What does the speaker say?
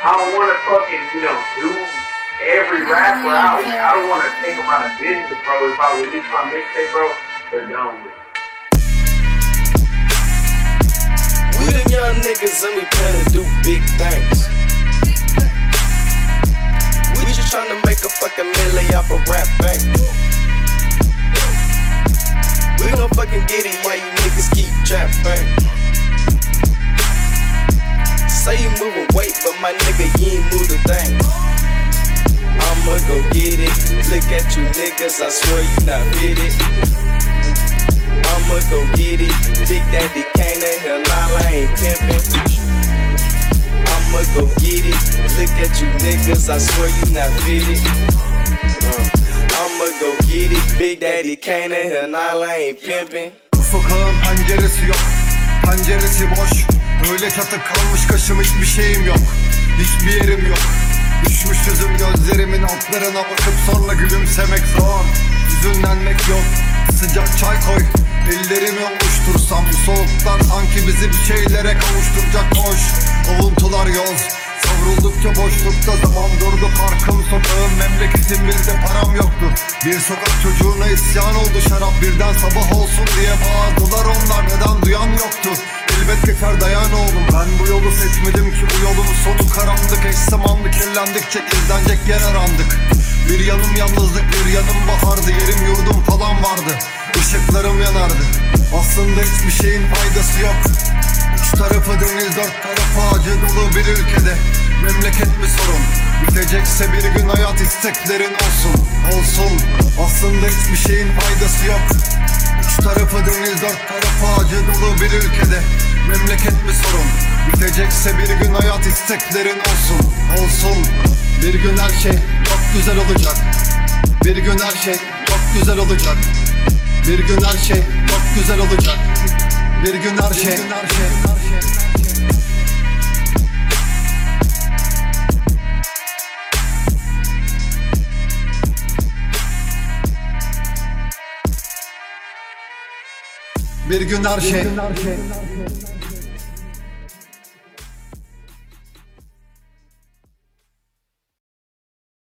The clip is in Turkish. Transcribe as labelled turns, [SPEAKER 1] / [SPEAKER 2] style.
[SPEAKER 1] I don't want to fucking, do every rapper out. I don't want to take them out of business, bro. If I release my mixtape, bro, they're done with it.
[SPEAKER 2] We them young niggas and we plan to do big things. We just tryna make a fucking million off a rap bank. We gon' fucking get it while you niggas keep trapping. Say you moving weight, but my nigga, you ain't move the thing. I'ma go get it. Look at you niggas, I swear you not with it. I'ma go get it. Big Daddy Kane in here, Lala ain't pimpin'. I'ma go get it. Look at you niggas, I swear you not with it. I'ma go get it. Big Daddy Kane in here, Lala ain't pimpin'.
[SPEAKER 3] Sokağın penceresi yok, penceresi boş. Öyle katık kalmış kaşım, hiçbir şeyim yok. Hiçbir yerim yok. Düşmüş yüzüm gözlerimin altlarına bakıp sonra gülümsemek zor. Hüzünlenmek yok. Sıcak çay koy, ellerimi ovuştursam. Bu soğuktan sanki bizi bir şeylere kavuşturacak hoş. Avuntular yoz, savruldukça boşlukta zaman durdu. Parkım sokağım, memleketim, bir de param yoktu. Bir sokak çocuğuna isyan oldu şarap, birden sabah olsun diye bağırdılar onlar. Neden duyan yoktu? Elbet geçer dayan oğlum. Ben bu yolu seçmedim ki, bu yolun sonu karanlık. Eş zamanlı kirlendikçe izlenecek yer arandık. Bir yanım yalnızlık, bir yanım bahardı. Yerim yurdum falan vardı, ışıklarım yanardı. Aslında hiçbir şeyin faydası yok. Üç tarafı deniz, dört tarafı acı dolu bir ülkede. Memleket mi sorun? Bitecekse bir gün hayat, isteklerin olsun. Olsun. Aslında hiçbir şeyin faydası yok. Üç tarafı deniz, dört tarafı acı dolu bir ülkede. Memleket mi sorun? Bitecekse bir gün hayat, isteklerin olsun. Olsun. Bir gün her şey çok güzel olacak. Bir gün her şey çok güzel olacak. Bir gün her şey çok güzel olacak. Bir gün her şey. Bir gün her şey.